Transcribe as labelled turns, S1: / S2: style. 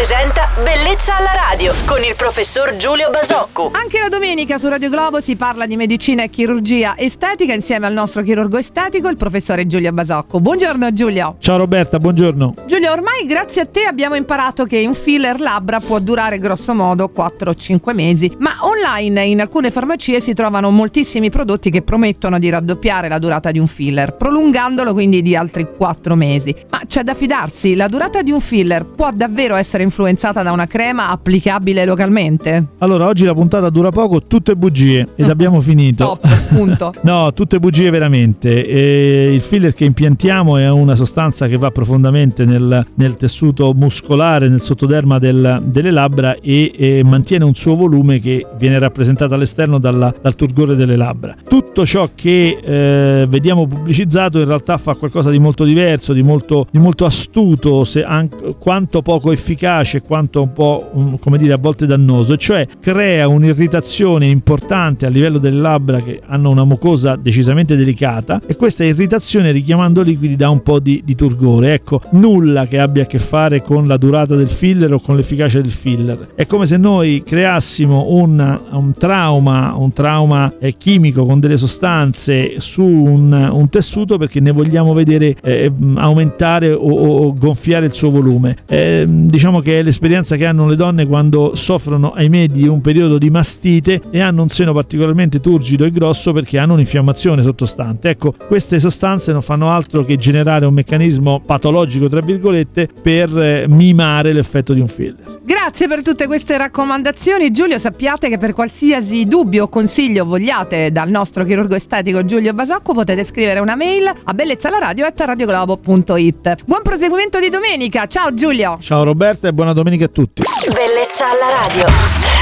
S1: presenta Bellezza alla radio con il professor Giulio Basocco.
S2: Anche la domenica su Radio Globo si parla di medicina e chirurgia estetica insieme al nostro chirurgo estetico, il professore Giulio Basocco. Buongiorno Giulio.
S3: Ciao Roberta, buongiorno.
S2: Giulio, ormai grazie a te abbiamo imparato che un filler labbra può durare grosso modo 4-5 mesi, ma online in alcune farmacie si trovano moltissimi prodotti che promettono di raddoppiare la durata di un filler, prolungandolo quindi di altri 4 mesi. Ma c'è da fidarsi? La durata di un filler può davvero essere influenzata da una crema applicabile localmente?
S3: Allora, oggi la puntata dura poco, tutte bugie ed abbiamo finito.
S2: Stop, punto.
S3: No, tutte bugie veramente. Il filler che impiantiamo è una sostanza che va profondamente nel tessuto muscolare, nel sottoderma delle labbra e mantiene un suo volume che viene rappresentato all'esterno dal turgore delle labbra. Tutto ciò che vediamo pubblicizzato in realtà fa qualcosa di molto diverso, di molto astuto, quanto poco efficace, quanto un po' a volte dannoso, cioè crea un'irritazione importante a livello delle labbra che hanno una mucosa decisamente delicata, e questa irritazione, richiamando liquidi, dà un po' di turgore. Ecco, nulla che abbia a che fare con la durata del filler o con l'efficacia del filler. È come se noi creassimo un trauma chimico con delle sostanze su un tessuto perché ne vogliamo vedere aumentare o gonfiare il suo volume. Diciamo che è l'esperienza che hanno le donne quando soffrono, ahimè, di un periodo di mastite e hanno un seno particolarmente turgido e grosso perché hanno un'infiammazione sottostante. Ecco, queste sostanze non fanno altro che generare un meccanismo patologico, tra virgolette, per mimare l'effetto di un filler.
S2: Grazie per tutte queste raccomandazioni, Giulio. Sappiate che per qualsiasi dubbio o consiglio vogliate dal nostro chirurgo estetico Giulio Basocco potete scrivere una mail a bellezzalaradio@radioglobo.it. Buon proseguimento di domenica. Ciao Giulio.
S3: Ciao Roberta e buona domenica a tutti.
S1: Bellezza alla radio.